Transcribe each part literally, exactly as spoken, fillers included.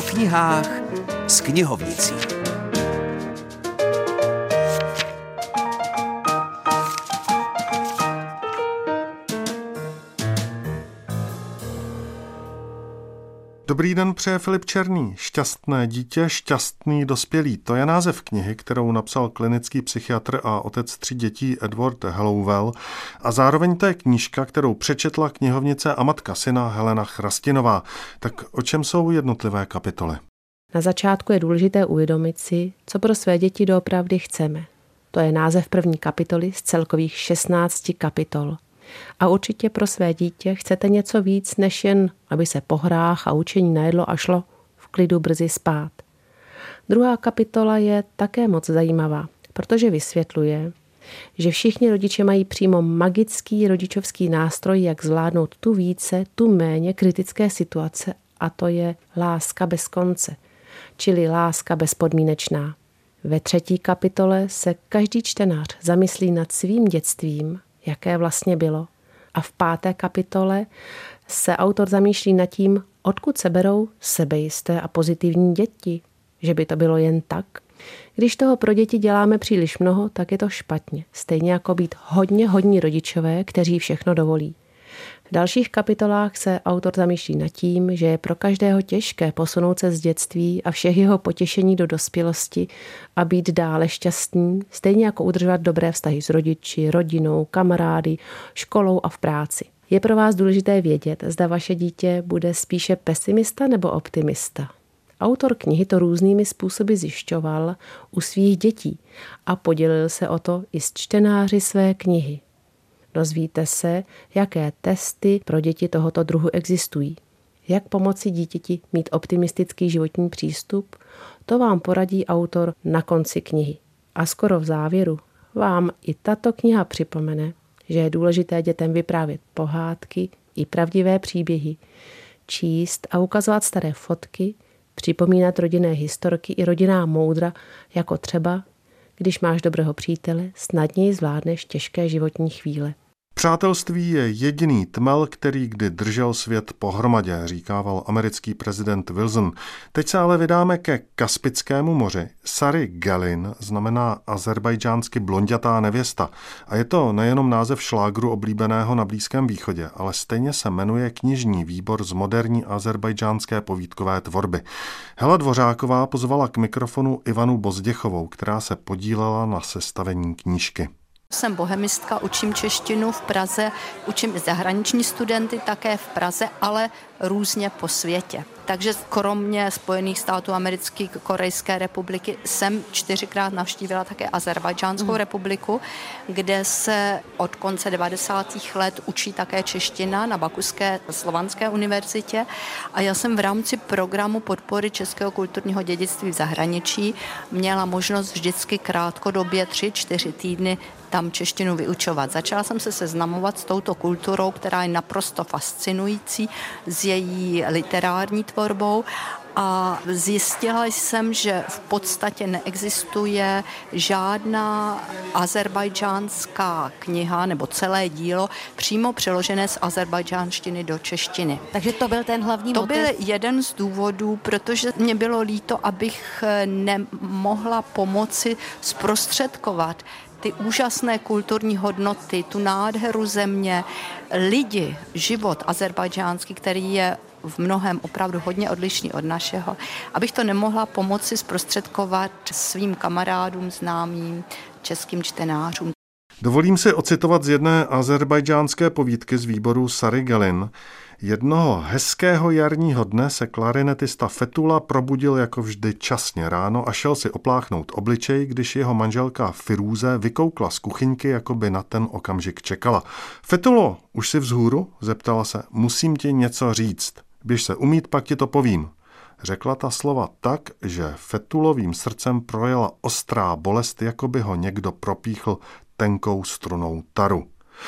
knihách s knihovnicí. Dobrý den, přeje Filip Černý. Šťastné dítě, šťastný dospělý. To je název knihy, kterou napsal klinický psychiatr a otec tří dětí Edward Hallowell. A zároveň to je knížka, kterou přečetla knihovnice a matka syna Helena Chrastinová. Tak o čem jsou jednotlivé kapitoly? Na začátku je důležité uvědomit si, co pro své děti doopravdy chceme. To je název první kapitoly z celkových šestnácti kapitol. A určitě pro své dítě chcete něco víc, než jen, aby se po hrách a učení najedlo a šlo v klidu brzy spát. Druhá kapitola je také moc zajímavá, protože vysvětluje, že všichni rodiče mají přímo magický rodičovský nástroj, jak zvládnout tu více, tu méně kritické situace, a to je láska bez konce, čili láska bezpodmínečná. Ve třetí kapitole se každý čtenář zamyslí nad svým dětstvím, jaké vlastně bylo. A v páté kapitole se autor zamýšlí nad tím, odkud se berou sebejisté a pozitivní děti. Že by to bylo jen tak. Když toho pro děti děláme příliš mnoho, tak je to špatně. Stejně jako být hodně hodní rodičové, kteří všechno dovolí. V dalších kapitolách se autor zamýšlí nad tím, že je pro každého těžké posunout se z dětství a všech jeho potěšení do dospělosti a být dále šťastný, stejně jako udržovat dobré vztahy s rodiči, rodinou, kamarády, školou a v práci. Je pro vás důležité vědět, zda vaše dítě bude spíše pesimista nebo optimista. Autor knihy to různými způsoby zjišťoval u svých dětí a podělil se o to i s čtenáři své knihy. Dozvíte se, jaké testy pro děti tohoto druhu existují. Jak pomoci dítěti mít optimistický životní přístup, to vám poradí autor na konci knihy. A skoro v závěru vám i tato kniha připomene, že je důležité dětem vyprávět pohádky i pravdivé příběhy, číst a ukazovat staré fotky, připomínat rodinné historky i rodinná moudra, jako třeba, když máš dobrého přítele, snadněji zvládneš těžké životní chvíle. Přátelství je jediný tmel, který kdy držel svět pohromadě, říkával americký prezident Wilson. Teď se ale vydáme ke Kaspickému moři. Sari Gelin znamená azerbajdžánsky blonďatá nevěsta. A je to nejenom název šlágru oblíbeného na Blízkém východě, ale stejně se jmenuje knižní výbor z moderní azerbajdžánské povídkové tvorby. Hela Dvořáková pozvala k mikrofonu Ivanu Bozděchovou, která se podílela na sestavení knížky. Jsem bohemistka, učím češtinu v Praze, učím i zahraniční studenty také v Praze, ale různě po světě. Takže kromě Spojených států amerických, Korejské republiky jsem čtyřikrát navštívila také Azerbajdžánskou mm. republiku, kde se od konce devadesátých let učí také čeština na Bakuské slovanské univerzitě a já jsem v rámci programu podpory českého kulturního dědictví v zahraničí měla možnost vždycky krátkodobě tři, čtyři týdny tam češtinu vyučovat. Začala jsem se seznamovat s touto kulturou, která je naprosto fascinující, s její literární tvorbou a zjistila jsem, že v podstatě neexistuje žádná azerbajdžánská kniha nebo celé dílo přímo přeložené z azerbajdžánštiny do češtiny. Takže to byl ten hlavní To motiv? byl jeden z důvodů, protože mě bylo líto, abych nemohla pomoci zprostředkovat ty úžasné kulturní hodnoty, tu nádheru země, lidi, život azerbajdžánský, který je v mnohem opravdu hodně odlišný od našeho, abych to nemohla pomoci zprostředkovat svým kamarádům, známým, českým čtenářům. Dovolím si ocitovat z jedné azerbajdžánské povídky z výboru Sari Gelin. Jednoho hezkého jarního dne se klarinetista Fethullah probudil jako vždy časně ráno a šel si opláchnout obličej, když jeho manželka Firúze vykoukla z kuchyňky, jako by na ten okamžik čekala. Fethullo, už jsi vzhůru? Zeptala se. Musím ti něco říct. Běž se umýt, pak ti to povím. Řekla ta slova tak, že Fethullovým srdcem projela ostrá bolest, jako by ho někdo propíchl tenkou strunou taru.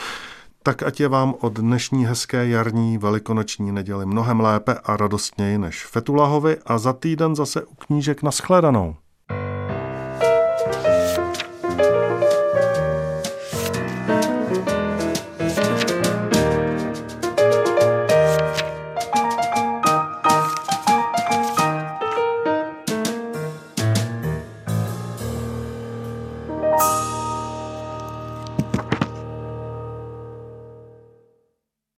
Tak ať je vám od dnešní hezké jarní velikonoční neděli mnohem lépe a radostněji než Fethullahovi a za týden zase u knížek nashledanou.